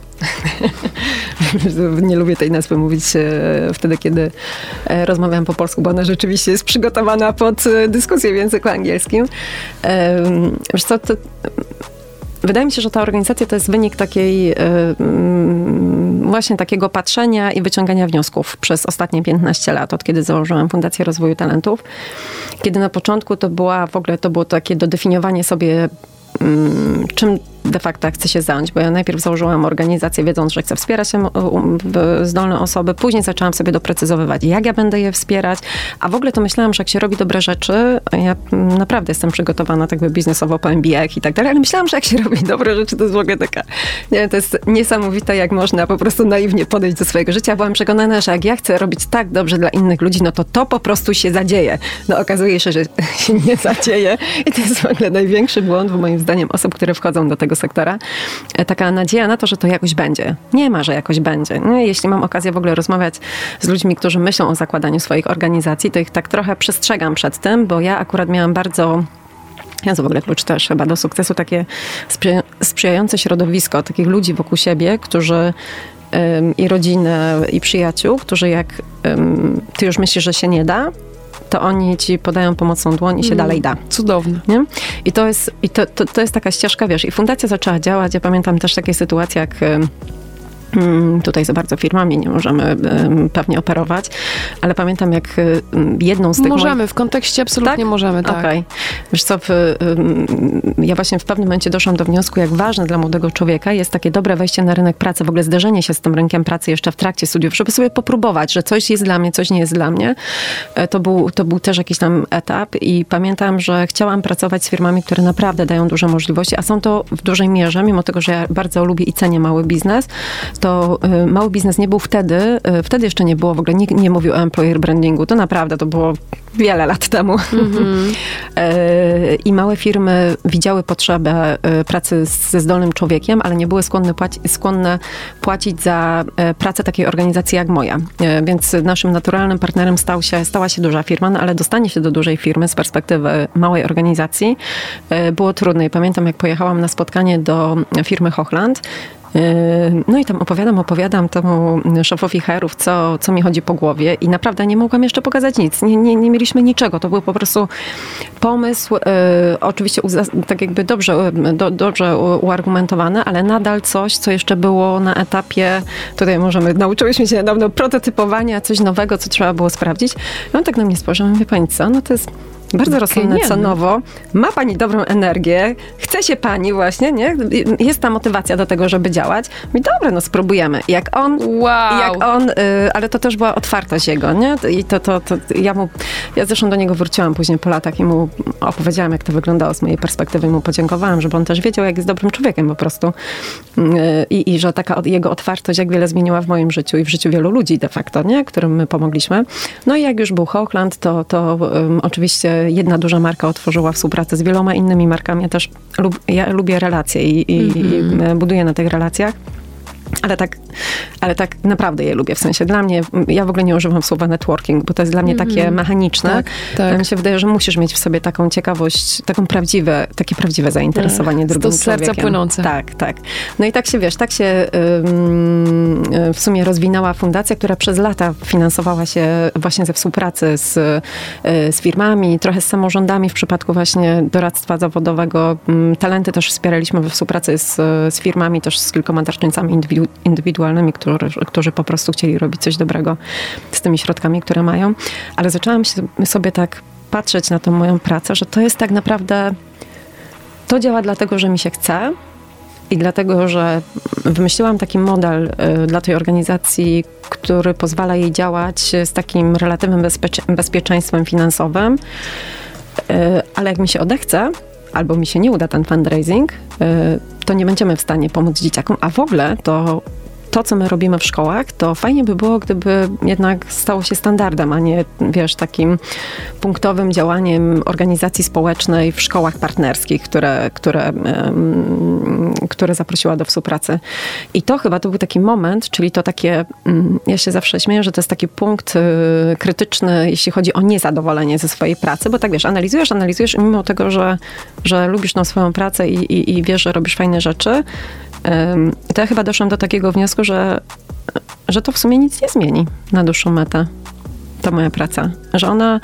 Nie lubię tej nazwy mówić e, wtedy, kiedy e, rozmawiam po polsku, bo ona rzeczywiście jest przygotowana pod e, dyskusję w języku angielskim. E, wiesz co, to, wydaje mi się, że ta organizacja to jest wynik takiej e, mm, właśnie takiego patrzenia i wyciągania wniosków przez ostatnie piętnaście lat, od kiedy założyłam Fundację Rozwoju Talentów. Kiedy na początku to była w ogóle, to było takie dodefiniowanie sobie, mm, czym de facto chcę się zająć, bo ja najpierw założyłam organizację, wiedząc, że chcę wspierać zdolne osoby, później zaczęłam sobie doprecyzowywać, jak ja będę je wspierać, a w ogóle to myślałam, że jak się robi dobre rzeczy, ja naprawdę jestem przygotowana tak by biznesowo po M B A i tak dalej, ale myślałam, że jak się robi dobre rzeczy, to jest w ogóle taka, nie wiem, to jest niesamowite, jak można po prostu naiwnie podejść do swojego życia. Byłam przekonana, że jak ja chcę robić tak dobrze dla innych ludzi, no to to po prostu się zadzieje. No okazuje się, że się nie zadzieje i to jest w ogóle największy błąd, moim zdaniem, osób, które wchodzą do tego sektora. Taka nadzieja na to, że to jakoś będzie. Nie ma, że jakoś będzie. No, jeśli mam okazję w ogóle rozmawiać z ludźmi, którzy myślą o zakładaniu swoich organizacji, to ich tak trochę przestrzegam przed tym, bo ja akurat miałam bardzo... Ja w ogóle klucz też chyba do sukcesu, takie sprzyja- sprzyjające środowisko takich ludzi wokół siebie, którzy ym, i rodzinę, i przyjaciół, którzy jak ym, ty już myślisz, że się nie da, to oni ci podają pomocną dłoń i się mm, dalej da. Cudowne. Nie? I, to jest, i to, to, to jest taka ścieżka, wiesz, i fundacja zaczęła działać. Ja pamiętam też takie sytuacje, jak tutaj za bardzo firmami nie możemy pewnie operować, ale pamiętam, jak jedną z tych Możemy, moich... w kontekście absolutnie tak? możemy, tak. Okej. Okay. Wiesz co, w, ja właśnie w pewnym momencie doszłam do wniosku, jak ważne dla młodego człowieka jest takie dobre wejście na rynek pracy, w ogóle zderzenie się z tym rynkiem pracy jeszcze w trakcie studiów, żeby sobie popróbować, że coś jest dla mnie, coś nie jest dla mnie. To był, to był też jakiś tam etap i pamiętam, że chciałam pracować z firmami, które naprawdę dają duże możliwości, a są to w dużej mierze, mimo tego, że ja bardzo lubię i cenię mały biznes, to mały biznes nie był wtedy, wtedy jeszcze nie było, w ogóle nikt nie mówił o employer brandingu, to naprawdę, to było wiele lat temu. Mm-hmm. I małe firmy widziały potrzebę pracy ze zdolnym człowiekiem, ale nie były skłonne, płaci, skłonne płacić za pracę takiej organizacji jak moja. Więc naszym naturalnym partnerem stał się, stała się duża firma, no ale dostanie się do dużej firmy z perspektywy małej organizacji było trudne. I pamiętam, jak pojechałam na spotkanie do firmy Hochland, No i tam opowiadam, opowiadam temu szefowi H R-ów, co, co mi chodzi po głowie i naprawdę nie mogłam jeszcze pokazać nic. Nie, nie, nie mieliśmy niczego. To był po prostu pomysł, y, oczywiście uzas- tak jakby dobrze, do, dobrze uargumentowany, ale nadal coś, co jeszcze było na etapie, tutaj możemy, nauczyłyśmy się niedawno prototypowania, coś nowego, co trzeba było sprawdzić. I on tak na mnie spojrzał, mówię, pani co, no to jest bardzo rozsądne cenowo, ma pani dobrą energię, chce się pani właśnie, nie? Jest ta motywacja do tego, żeby działać. I dobra, no spróbujemy. Jak on, wow. jak on, y, ale to też była otwartość jego, nie? I to, to, to ja mu, ja zresztą do niego wróciłam później po latach i mu opowiedziałam, jak to wyglądało z mojej perspektywy i mu podziękowałam, żeby on też wiedział, jak jest dobrym człowiekiem po prostu. Y, I, i że taka jego otwartość, jak wiele zmieniła w moim życiu i w życiu wielu ludzi de facto, nie? Którym my pomogliśmy. No i jak już był Hochland, to, to um, oczywiście jedna duża marka otworzyła współpracę z wieloma innymi markami. Ja też lub, ja lubię relacje i, i, mm-hmm. i buduję na tych relacjach. Ale tak, ale tak naprawdę je lubię. W sensie dla mnie, ja w ogóle nie używam słowa networking, bo to jest dla mnie takie mm-hmm. mechaniczne. Tak, tak. Mi się wydaje, że musisz mieć w sobie taką ciekawość, taką prawdziwe, takie prawdziwe zainteresowanie tak, drugim to człowiekiem. To serca płynące. Tak, tak. No i tak się, wiesz, tak się ym, w sumie rozwinęła fundacja, która przez lata finansowała się właśnie ze współpracy z, z firmami, trochę z samorządami w przypadku właśnie doradztwa zawodowego. Talenty też wspieraliśmy we współpracy z, z firmami, też z kilkoma darczyńcami indywidualnymi, indywidualnymi, którzy, którzy po prostu chcieli robić coś dobrego z tymi środkami, które mają. Ale zaczęłam się sobie tak patrzeć na tą moją pracę, że to jest tak naprawdę, to działa dlatego, że mi się chce i dlatego, że wymyśliłam taki model y, dla tej organizacji, który pozwala jej działać z takim relatywnym bezpiecze- bezpieczeństwem finansowym. Y, ale jak mi się odechce, albo mi się nie uda ten fundraising, to nie będziemy w stanie pomóc dzieciakom, a w ogóle to to, co my robimy w szkołach, to fajnie by było, gdyby jednak stało się standardem, a nie, wiesz, takim punktowym działaniem organizacji społecznej w szkołach partnerskich, które, które, um, które zaprosiła do współpracy. I to chyba to był taki moment, czyli to takie, um, ja się zawsze śmieję, że to jest taki punkt y, krytyczny, jeśli chodzi o niezadowolenie ze swojej pracy, bo tak wiesz, analizujesz, analizujesz i mimo tego, że, że lubisz tą swoją pracę i, i, i wiesz, że robisz fajne rzeczy, to ja chyba doszłam do takiego wniosku, że, że to w sumie nic nie zmieni na dłuższą metę, ta moja praca. Że ona,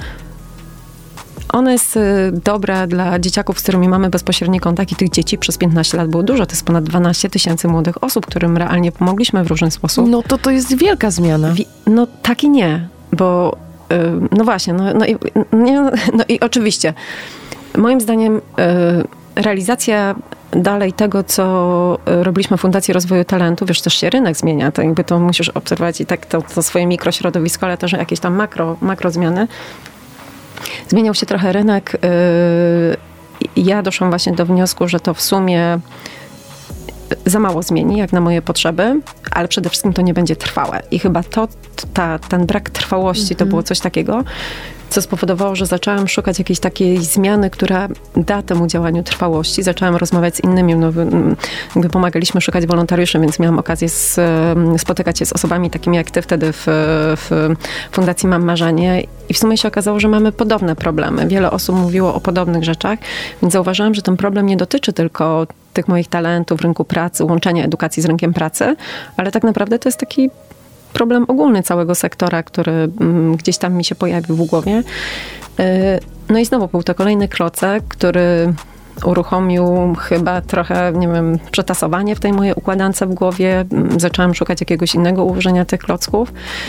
ona jest dobra dla dzieciaków, z którymi mamy bezpośredni kontakt i tych dzieci przez piętnaście lat było dużo. To jest ponad dwanaście tysięcy młodych osób, którym realnie pomogliśmy w różny sposób. No to to jest wielka zmiana. No tak i nie, bo no właśnie, no, no, i, no, no i oczywiście moim zdaniem realizacja dalej tego, co robiliśmy w Fundacji Rozwoju Talentu, wiesz, też się rynek zmienia, to jakby to musisz obserwować i tak to, to swoje mikrośrodowisko, ale też jakieś tam makro, makro zmiany. Zmieniał się trochę rynek. Ja doszłam właśnie do wniosku, że to w sumie za mało zmieni, jak na moje potrzeby, ale przede wszystkim to nie będzie trwałe. I chyba to, ta, ten brak trwałości, to było coś takiego, co spowodowało, że zaczęłam szukać jakiejś takiej zmiany, która da temu działaniu trwałości. Zaczęłam rozmawiać z innymi, no, jakby pomagaliśmy szukać wolontariuszy, więc miałam okazję z, spotykać się z osobami takimi jak ty wtedy w, w Fundacji Mam Marzenie i w sumie się okazało, że mamy podobne problemy. Wiele osób mówiło o podobnych rzeczach, więc zauważyłam, że ten problem nie dotyczy tylko tych moich talentów, rynku pracy, łączenia edukacji z rynkiem pracy, ale tak naprawdę to jest taki problem ogólny całego sektora, który gdzieś tam mi się pojawił w głowie. No i znowu był to kolejny klocek, który uruchomił chyba trochę, nie wiem, przetasowanie w tej mojej układance w głowie. Zaczęłam szukać jakiegoś innego ułożenia tych klocków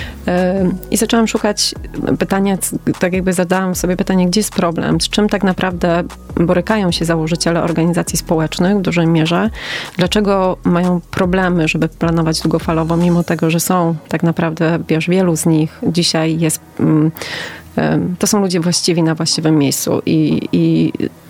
i zaczęłam szukać pytania, tak jakby zadałam sobie pytanie, gdzie jest problem, z czym tak naprawdę borykają się założyciele organizacji społecznych w dużej mierze, dlaczego mają problemy, żeby planować długofalowo, mimo tego, że są tak naprawdę, wiesz, wielu z nich dzisiaj jest, to są ludzie właściwi na właściwym miejscu i, i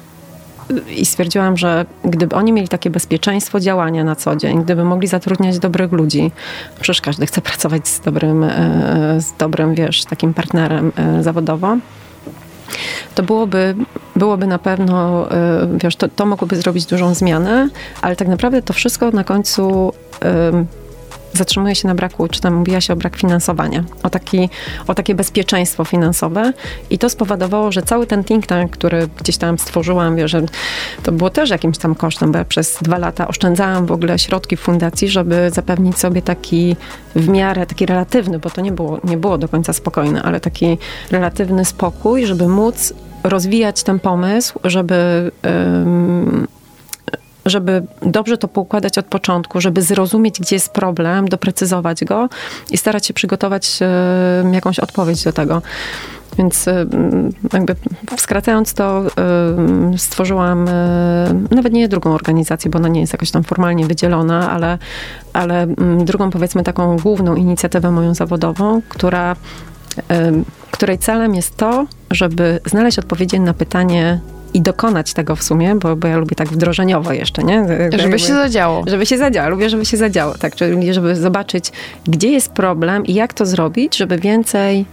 I stwierdziłam, że gdyby oni mieli takie bezpieczeństwo działania na co dzień, gdyby mogli zatrudniać dobrych ludzi, przecież każdy chce pracować z dobrym, z dobrym, wiesz, takim partnerem zawodowo, to byłoby, byłoby na pewno, wiesz, to, to mogłoby zrobić dużą zmianę, ale tak naprawdę to wszystko na końcu zatrzymuje się na braku, czy tam mówiła się o brak finansowania, o, taki, o takie bezpieczeństwo finansowe i to spowodowało, że cały ten think tank, który gdzieś tam stworzyłam, wie, że to było też jakimś tam kosztem, bo ja przez dwa lata oszczędzałam w ogóle środki w fundacji, żeby zapewnić sobie taki w miarę, taki relatywny, bo to nie było, nie było do końca spokojne, ale taki relatywny spokój, żeby móc rozwijać ten pomysł, żeby um, żeby dobrze to poukładać od początku, żeby zrozumieć, gdzie jest problem, doprecyzować go i starać się przygotować um, jakąś odpowiedź do tego. Więc jakby skracając to, stworzyłam nawet nie drugą organizację, bo ona nie jest jakoś tam formalnie wydzielona, ale, ale drugą, powiedzmy, taką główną inicjatywę moją zawodową, która, której celem jest to, żeby znaleźć odpowiedzi na pytanie i dokonać tego w sumie, bo, bo ja lubię tak wdrożeniowo jeszcze, nie? Żeby się zadziało. Żeby się zadziało. Lubię, żeby się zadziało. Tak, czyli żeby zobaczyć, gdzie jest problem i jak to zrobić, żeby więcej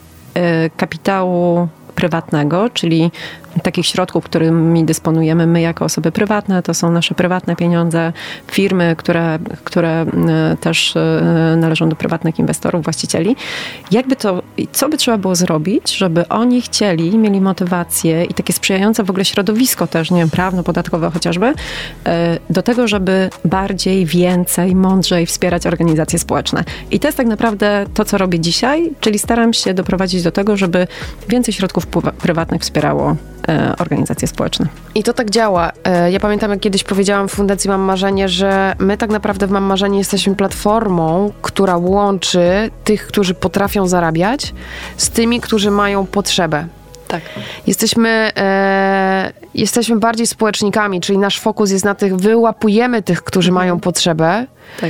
kapitału prywatnego, czyli takich środków, którymi dysponujemy my jako osoby prywatne, to są nasze prywatne pieniądze, firmy, które, które też należą do prywatnych inwestorów, właścicieli. Jakby to, co by trzeba było zrobić, żeby oni chcieli, mieli motywację i takie sprzyjające w ogóle środowisko też, nie wiem, prawno-podatkowe chociażby, do tego, żeby bardziej, więcej, mądrzej wspierać organizacje społeczne. I to jest tak naprawdę to, co robię dzisiaj, czyli staram się doprowadzić do tego, żeby więcej środków prywatnych wspierało organizacje społeczne. I to tak działa. Ja pamiętam, jak kiedyś powiedziałam w Fundacji Mam Marzenie, że my tak naprawdę w Mam Marzenie jesteśmy platformą, która łączy tych, którzy potrafią zarabiać, z tymi, którzy mają potrzebę. Tak. Jesteśmy, e, jesteśmy bardziej społecznikami, czyli nasz fokus jest na tych, wyłapujemy tych, którzy mhm. mają potrzebę, tak.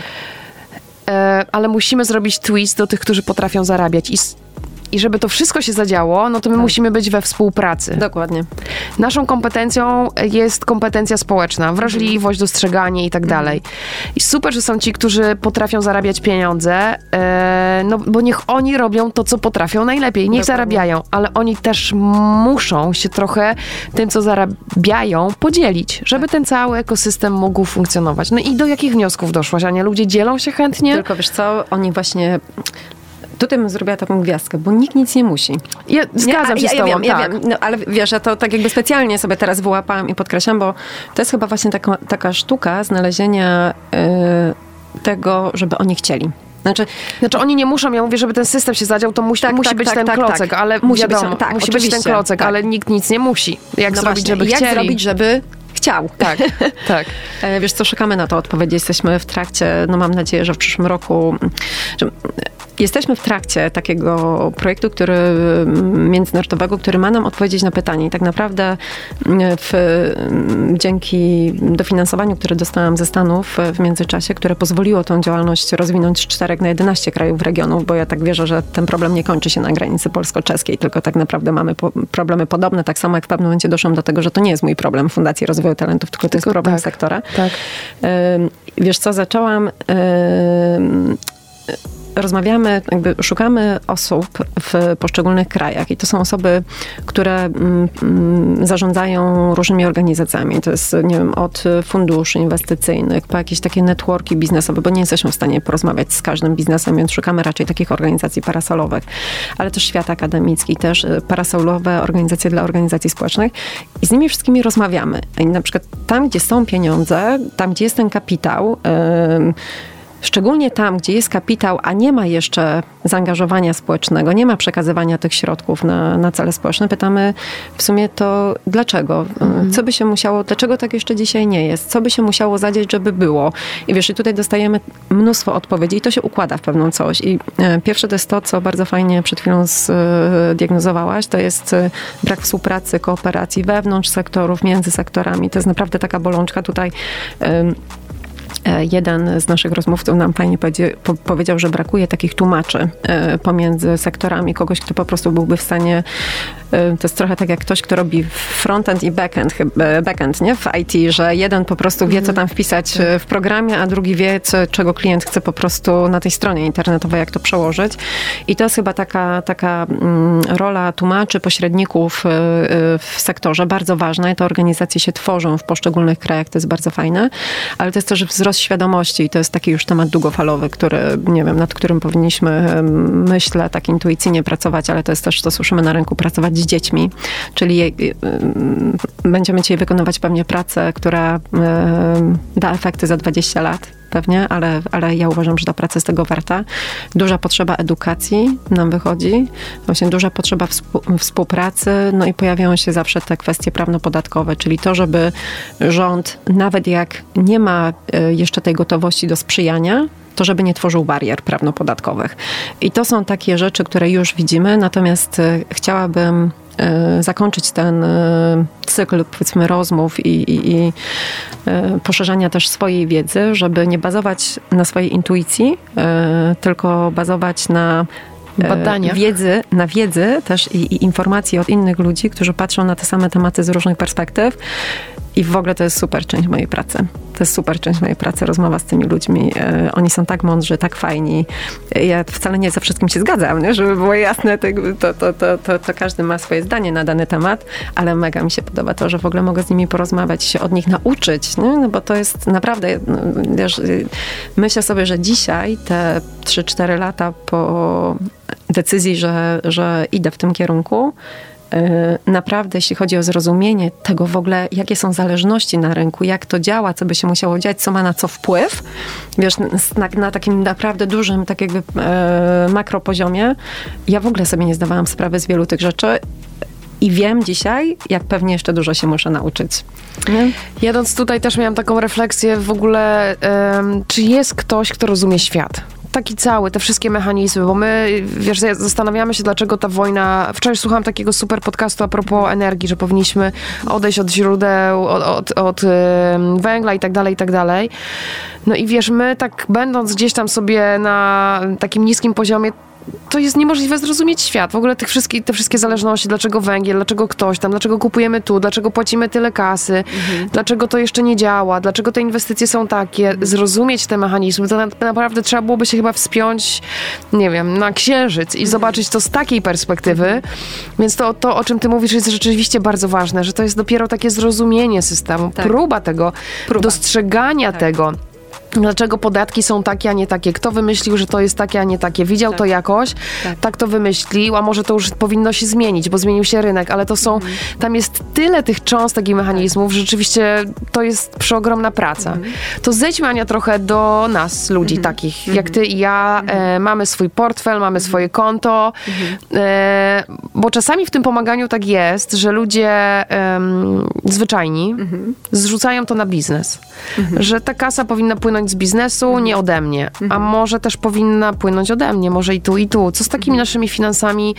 e, ale musimy zrobić twist do tych, którzy potrafią zarabiać. I I żeby to wszystko się zadziało, no to my tak. musimy być we współpracy. Dokładnie. Naszą kompetencją jest kompetencja społeczna, wrażliwość, dostrzeganie i tak dalej. I super, że są ci, którzy potrafią zarabiać pieniądze, e, no bo niech oni robią to, co potrafią najlepiej. Niech Dokładnie. zarabiają, ale oni też muszą się trochę tym, co zarabiają, podzielić, żeby tak. ten cały ekosystem mógł funkcjonować. No i do jakich wniosków doszłaś, Ania? Ludzie dzielą się chętnie? Tylko wiesz co, oni właśnie... Tutaj bym zrobiła taką gwiazdkę, bo nikt nic nie musi. Ja zgadzam się ja, z tobą, ja wiem, tak. Ja wiem, no, ale wiesz, ja to tak jakby specjalnie sobie teraz wyłapałam i podkreślam, bo to jest chyba właśnie taka, taka sztuka znalezienia y, tego, żeby oni chcieli. Znaczy, znaczy oni nie muszą, ja mówię, żeby ten system się zadział, to musi, tak, musi tak, być tak, ten tak, klocek, tak. ale musi wiadomo, być, tak, musi być ten klocek, tak. ale nikt nic nie musi. Jak no zrobić, właśnie, żeby jak chcieli? Jak zrobić, żeby chciał. Tak, tak. Wiesz co, szukamy na to odpowiedzi. Jesteśmy w trakcie, no mam nadzieję, że w przyszłym roku, że jesteśmy w trakcie takiego projektu, który międzynarodowego, który ma nam odpowiedzieć na pytanie. I tak naprawdę w, dzięki dofinansowaniu, które dostałam ze Stanów w międzyczasie, które pozwoliło tą działalność rozwinąć z czterech na jedenaście krajów, regionów, bo ja tak wierzę, że ten problem nie kończy się na granicy polsko-czeskiej, tylko tak naprawdę mamy po, problemy podobne, tak samo jak w pewnym momencie doszłam do tego, że to nie jest mój problem Fundacji Rozwoju Talentów, tylko to jest problem tak, sektora. Tak. Wiesz co, zaczęłam... Rozmawiamy, jakby szukamy osób w poszczególnych krajach i to są osoby, które mm, zarządzają różnymi organizacjami. To jest, nie wiem, od funduszy inwestycyjnych po jakieś takie networki biznesowe, bo nie jesteśmy w stanie porozmawiać z każdym biznesem, więc szukamy raczej takich organizacji parasolowych, ale też świat akademicki, też parasolowe organizacje dla organizacji społecznych i z nimi wszystkimi rozmawiamy. I na przykład tam, gdzie są pieniądze, tam, gdzie jest ten kapitał, yy, szczególnie tam, gdzie jest kapitał, a nie ma jeszcze zaangażowania społecznego, nie ma przekazywania tych środków na, na cele społeczne, pytamy w sumie to dlaczego? Mhm. Co by się musiało, dlaczego tak jeszcze dzisiaj nie jest? Co by się musiało zadziać, żeby było? I wiesz, i tutaj dostajemy mnóstwo odpowiedzi i to się układa w pewną coś. I e, pierwsze to jest to, co bardzo fajnie przed chwilą zdiagnozowałaś, to jest e, brak współpracy, kooperacji wewnątrz sektorów, między sektorami. To jest naprawdę taka bolączka tutaj. E, Jeden z naszych rozmówców nam fajnie powiedział, że brakuje takich tłumaczy pomiędzy sektorami, kogoś, kto po prostu byłby w stanie, to jest trochę tak jak ktoś, kto robi frontend i backend, backend nie? W I T, że jeden po prostu wie, co tam wpisać w programie, a drugi wie, co, czego klient chce po prostu na tej stronie internetowej, jak to przełożyć. I to jest chyba taka, taka rola tłumaczy, pośredników w sektorze, bardzo ważna i te organizacje się tworzą w poszczególnych krajach, to jest bardzo fajne, ale to jest też wzrost wzrost świadomości. To jest taki już temat długofalowy, który, nie wiem, nad którym powinniśmy, myślę, tak intuicyjnie pracować, ale to jest też, co słyszymy na rynku, pracować z dziećmi. Czyli je, będziemy dzisiaj wykonywać pewnie pracę, która da efekty za dwadzieścia lat. Pewnie, ale, ale ja uważam, że ta praca jest tego warta. Duża potrzeba edukacji nam wychodzi, właśnie duża potrzeba współpracy, no i pojawiają się zawsze te kwestie prawno-podatkowe, czyli to, żeby rząd, nawet jak nie ma jeszcze tej gotowości do sprzyjania, to żeby nie tworzył barier prawno-podatkowych. I to są takie rzeczy, które już widzimy, natomiast chciałabym zakończyć ten cykl, powiedzmy, rozmów i, i, i poszerzania też swojej wiedzy, żeby nie bazować na swojej intuicji, tylko bazować na badania. Wiedzy, na wiedzy też i, i informacji od innych ludzi, którzy patrzą na te same tematy z różnych perspektyw. I w ogóle to jest super część mojej pracy. To jest super część mojej pracy, rozmowa z tymi ludźmi. E, oni są tak mądrzy, tak fajni. Ja wcale nie ze wszystkim się zgadzam, nie? Żeby było jasne, to, to, to, to, to każdy ma swoje zdanie na dany temat, ale mega mi się podoba to, że w ogóle mogę z nimi porozmawiać, się od nich nauczyć, nie? No bo to jest naprawdę, no, wiesz, myślę sobie, że dzisiaj te trzy cztery lata po decyzji, że, że idę w tym kierunku, naprawdę, jeśli chodzi o zrozumienie tego w ogóle, jakie są zależności na rynku, jak to działa, co by się musiało dziać, co ma na co wpływ, wiesz, na, na takim naprawdę dużym, tak jakby e, makropoziomie, ja w ogóle sobie nie zdawałam sprawy z wielu tych rzeczy i wiem dzisiaj, jak pewnie jeszcze dużo się muszę nauczyć. Nie? Jadąc tutaj też miałam taką refleksję w ogóle, um, czy jest ktoś, kto rozumie świat? Taki cały, te wszystkie mechanizmy, bo my, wiesz, zastanawiamy się, dlaczego ta wojna... Wczoraj słuchałam takiego super podcastu a propos energii, że powinniśmy odejść od źródeł, od, od, od węgla i tak dalej, i tak dalej. No i wiesz, my tak będąc gdzieś tam sobie na takim niskim poziomie, to jest niemożliwe zrozumieć świat. W ogóle tych wszystkich, te wszystkie zależności, dlaczego węgiel, dlaczego ktoś tam, dlaczego kupujemy tu, dlaczego płacimy tyle kasy, mhm. dlaczego to jeszcze nie działa, dlaczego te inwestycje są takie. Mhm. Zrozumieć te mechanizmy, to na, naprawdę trzeba byłoby się chyba wspiąć, nie wiem, na księżyc i mhm. zobaczyć to z takiej perspektywy. Mhm. Więc to, to, o czym ty mówisz, jest rzeczywiście bardzo ważne, że to jest dopiero takie zrozumienie systemu, tak. próba tego, próba. dostrzegania tak. tego. Dlaczego podatki są takie, a nie takie? Kto wymyślił, że to jest takie, a nie takie? Widział tak. to jakoś, tak. tak to wymyślił, a może to już powinno się zmienić, bo zmienił się rynek, ale to są, mhm. tam jest tyle tych cząstek i mechanizmów, że rzeczywiście to jest przeogromna praca. Mhm. To zejdźmy, Ania, trochę do nas, ludzi mhm. takich, mhm. jak ty i ja. Mhm. E, mamy swój portfel, mamy mhm. swoje konto, mhm. e, bo czasami w tym pomaganiu tak jest, że ludzie e, zwyczajni mhm. zrzucają to na biznes. Mhm. Że ta kasa powinna płynąć z biznesu, mhm. nie ode mnie. Mhm. A może też powinna płynąć ode mnie, może i tu, i tu. Co z takimi mhm. naszymi finansami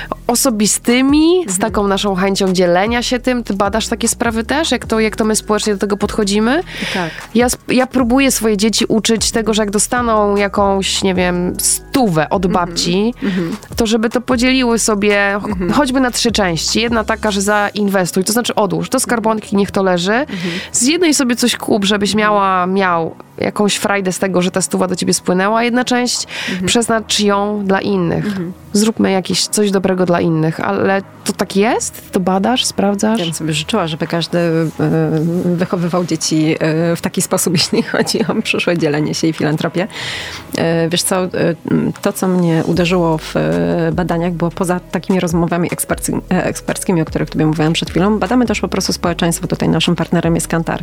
osobistymi, mhm. z taką naszą chęcią dzielenia się tym? Ty badasz takie sprawy też? Jak to, jak to my społecznie do tego podchodzimy? Tak. Ja, ja próbuję swoje dzieci uczyć tego, że jak dostaną jakąś, nie wiem, stówę od babci, mhm. to żeby to podzieliły sobie mhm. choćby na trzy części. Jedna taka, że zainwestuj, to znaczy odłóż do skarbonki, niech to leży. Mhm. Z jednej sobie coś kup, żebyś miała, miał jakąś frajdę z tego, że ta stuwa do ciebie spłynęła, a jedna część mhm. przeznacz ją dla innych. Mhm. Zróbmy jakieś coś dobrego dla innych, ale to tak jest? To badasz, sprawdzasz? Ja bym sobie życzyła, żeby każdy wychowywał dzieci w taki sposób, jeśli chodzi o przyszłe dzielenie się i filantropię. Wiesz co, to co mnie uderzyło w badaniach, było poza takimi rozmowami eksperckimi, eksperckimi, o których tobie mówiłam przed chwilą, badamy też po prostu społeczeństwo. Tutaj naszym partnerem jest Kantar.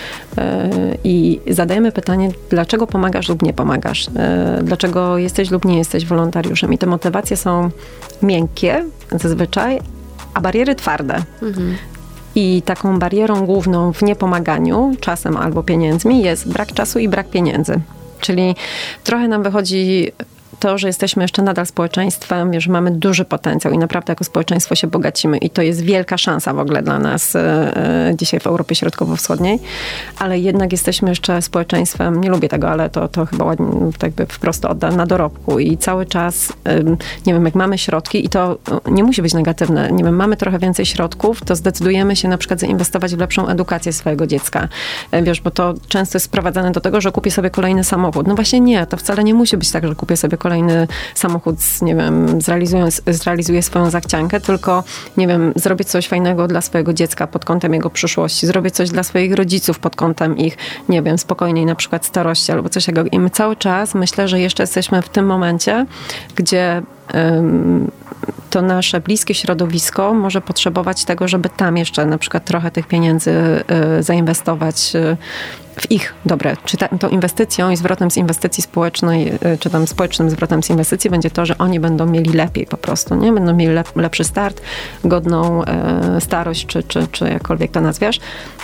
I zadajemy pytanie, dlaczego pomagasz lub nie pomagasz? Dlaczego jesteś lub nie jesteś wolontariuszem? I te motywacje są miękkie zazwyczaj, a bariery twarde. Mhm. I taką barierą główną w niepomaganiu, czasem albo pieniędzmi, jest brak czasu i brak pieniędzy. Czyli trochę nam wychodzi to, że jesteśmy jeszcze nadal społeczeństwem, że mamy duży potencjał i naprawdę jako społeczeństwo się bogacimy i to jest wielka szansa w ogóle dla nas e, dzisiaj w Europie Środkowo-Wschodniej, ale jednak jesteśmy jeszcze społeczeństwem, nie lubię tego, ale to, to chyba ładnie, tak by wprost odda, na dorobku i cały czas, e, nie wiem, jak mamy środki i to nie musi być negatywne, nie wiem, mamy trochę więcej środków, to zdecydujemy się na przykład zainwestować w lepszą edukację swojego dziecka. E, wiesz, bo to często jest sprowadzane do tego, że kupię sobie kolejny samochód. No właśnie nie, to wcale nie musi być tak, że kupię sobie kolejny kolejny samochód, nie wiem, zrealizuję, zrealizuję swoją zachciankę, tylko, nie wiem, zrobię coś fajnego dla swojego dziecka pod kątem jego przyszłości, zrobię coś dla swoich rodziców pod kątem ich, nie wiem, spokojniej na przykład starości albo coś takiego. I my cały czas, myślę, że jeszcze jesteśmy w tym momencie, gdzie ym, to nasze bliskie środowisko może potrzebować tego, żeby tam jeszcze na przykład trochę tych pieniędzy y, zainwestować y, w ich dobre. Czy ta, tą inwestycją i zwrotem z inwestycji społecznej, y, czy tam społecznym zwrotem z inwestycji będzie to, że oni będą mieli lepiej po prostu, nie? Będą mieli lep, lepszy start, godną y, starość, czy, czy, czy jakkolwiek to nazwiesz.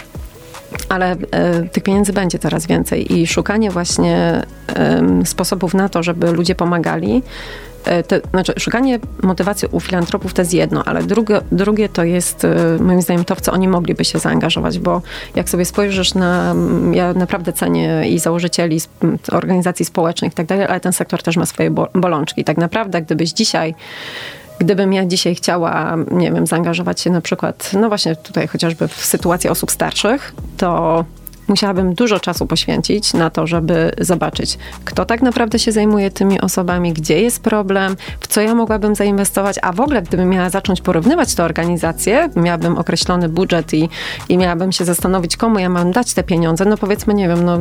Ale y, tych pieniędzy będzie coraz więcej i szukanie właśnie y, sposobów na to, żeby ludzie pomagali. Te, znaczy, szukanie motywacji u filantropów to jest jedno, ale drugie, drugie to jest moim zdaniem to, w co oni mogliby się zaangażować, bo jak sobie spojrzysz na, ja naprawdę cenię i założycieli organizacji społecznych i tak dalej, ale ten sektor też ma swoje bolączki. Tak naprawdę, gdybyś dzisiaj Gdybym ja dzisiaj chciała, nie wiem, zaangażować się na przykład, no właśnie tutaj chociażby w sytuację osób starszych, to musiałabym dużo czasu poświęcić na to, żeby zobaczyć, kto tak naprawdę się zajmuje tymi osobami, gdzie jest problem, w co ja mogłabym zainwestować, a w ogóle gdybym miała zacząć porównywać te organizacje, miałabym określony budżet i, i miałabym się zastanowić, komu ja mam dać te pieniądze, no powiedzmy, nie wiem, no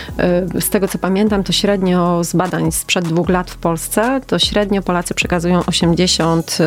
z tego co pamiętam, to średnio z badań sprzed dwóch lat w Polsce, to średnio Polacy przekazują osiemdziesiąt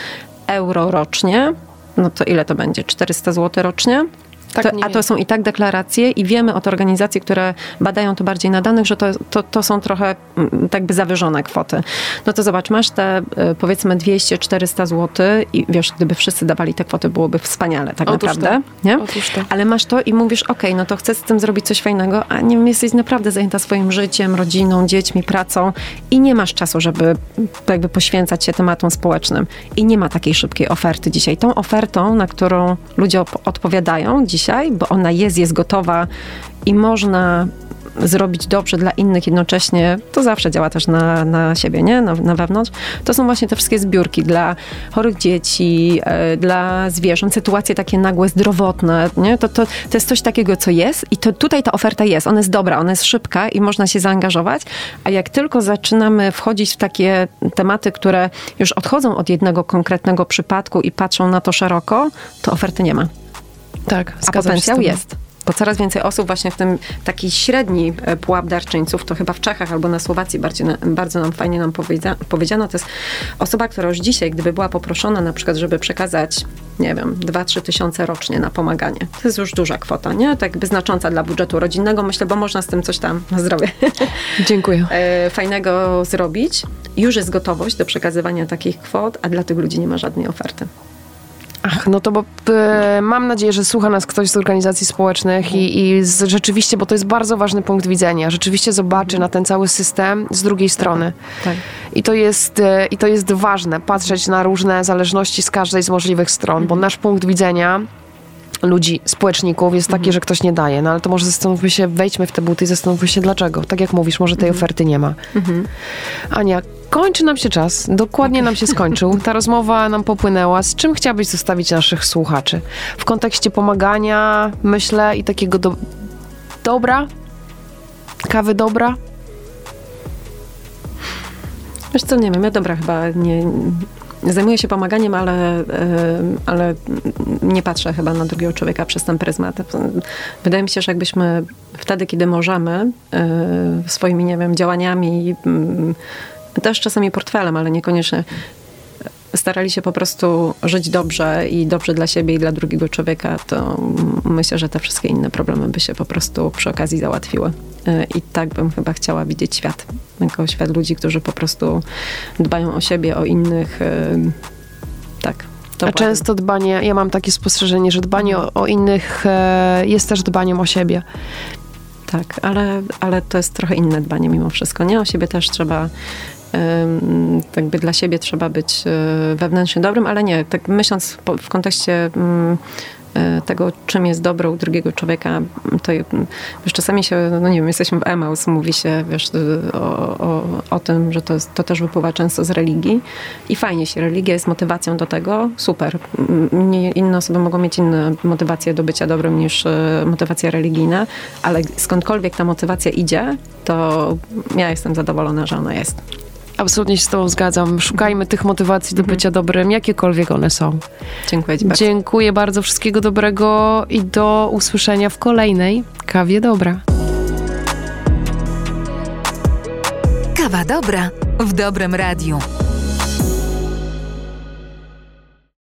euro rocznie, no to ile to będzie? czterysta złotych rocznie? Tak, to, a to są i tak deklaracje i wiemy od organizacji, które badają to bardziej na danych, że to, to, to są trochę tak by zawyżone kwoty. No to zobacz, masz te powiedzmy dwieście czterysta złotych i wiesz, gdyby wszyscy dawali te kwoty, byłoby wspaniale tak Otóż naprawdę. To. Nie? Otóż to. Ale masz to i mówisz, okej, okay, no to chcę z tym zrobić coś fajnego, a nie jesteś naprawdę zajęta swoim życiem, rodziną, dziećmi, pracą i nie masz czasu, żeby jakby poświęcać się tematom społecznym. I nie ma takiej szybkiej oferty dzisiaj. Tą ofertą, na którą ludzie op- odpowiadają dzisiaj, dzisiaj, bo ona jest, jest gotowa i można zrobić dobrze dla innych jednocześnie, to zawsze działa też na, na siebie, nie? Na, na wewnątrz. To są właśnie te wszystkie zbiórki dla chorych dzieci, e, dla zwierząt, sytuacje takie nagłe, zdrowotne, nie? To, to, to jest coś takiego, co jest i to tutaj ta oferta jest. Ona jest dobra, ona jest szybka i można się zaangażować, a jak tylko zaczynamy wchodzić w takie tematy, które już odchodzą od jednego konkretnego przypadku i patrzą na to szeroko, to oferty nie ma. Tak, a potencjał jest. Bo coraz więcej osób właśnie w tym taki średni pułap darczyńców, to chyba w Czechach albo na Słowacji bardziej, bardzo nam fajnie nam powiedzia, powiedziano, to jest osoba, która już dzisiaj, gdyby była poproszona na przykład, żeby przekazać, nie wiem, dwa trzy tysiące rocznie na pomaganie. To jest już duża kwota, nie? Tak jakby znacząca dla budżetu rodzinnego, myślę, bo można z tym coś tam na zdrowie. Dziękuję. Fajnego zrobić. Już jest gotowość do przekazywania takich kwot, a dla tych ludzi nie ma żadnej oferty. Ach, no to bo y, mam nadzieję, że słucha nas ktoś z organizacji społecznych i, i z, rzeczywiście, bo to jest bardzo ważny punkt widzenia, rzeczywiście zobaczy na ten cały system z drugiej strony. Tak. I to jest, y, i to jest ważne, patrzeć na różne zależności z każdej z możliwych stron, mhm. bo nasz punkt widzenia ludzi, społeczników jest taki, mhm. że ktoś nie daje. No ale to może zastanówmy się, wejdźmy w te buty i zastanówmy się dlaczego. Tak jak mówisz, może tej mhm. oferty nie ma. Mhm. Ania, kończy nam się czas. Dokładnie okay. nam się skończył. Ta rozmowa nam popłynęła. Z czym chciałabyś zostawić naszych słuchaczy? W kontekście pomagania, myślę, i takiego do... dobra? Kawy dobra? Wiesz co, nie wiem, ja dobra chyba nie... Zajmuję się pomaganiem, ale, ale nie patrzę chyba na drugiego człowieka przez ten pryzmat. Wydaje mi się, że jakbyśmy wtedy, kiedy możemy, swoimi, nie wiem, działaniami, też czasami portfelem, ale niekoniecznie, starali się po prostu żyć dobrze i dobrze dla siebie i dla drugiego człowieka, to myślę, że te wszystkie inne problemy by się po prostu przy okazji załatwiły. I tak bym chyba chciała widzieć świat. Jako świat ludzi, którzy po prostu dbają o siebie, o innych. Tak. To A często dbanie, ja mam takie spostrzeżenie, że dbanie o, o innych jest też dbaniem o siebie. Tak, ale, ale to jest trochę inne dbanie mimo wszystko, nie? O siebie też trzeba jakby dla siebie trzeba być wewnętrznie dobrym, ale nie, tak myśląc w kontekście tego, czym jest dobro u drugiego człowieka, to wiesz, czasami się, no nie wiem, jesteśmy w Emaus, mówi się, wiesz, o, o, o tym, że to, to też wypływa często z religii i fajnie się, religia jest motywacją do tego, super. Nie, inne osoby mogą mieć inne motywacje do bycia dobrym niż motywacja religijna, ale skądkolwiek ta motywacja idzie, to ja jestem zadowolona, że ona jest. Absolutnie się z tobą zgadzam. Szukajmy tych motywacji do bycia dobrym, jakiekolwiek one są. Dziękuję ci bardzo. Dziękuję bardzo, wszystkiego dobrego i do usłyszenia w kolejnej Kawie Dobra. Kawa dobra w dobrym radiu.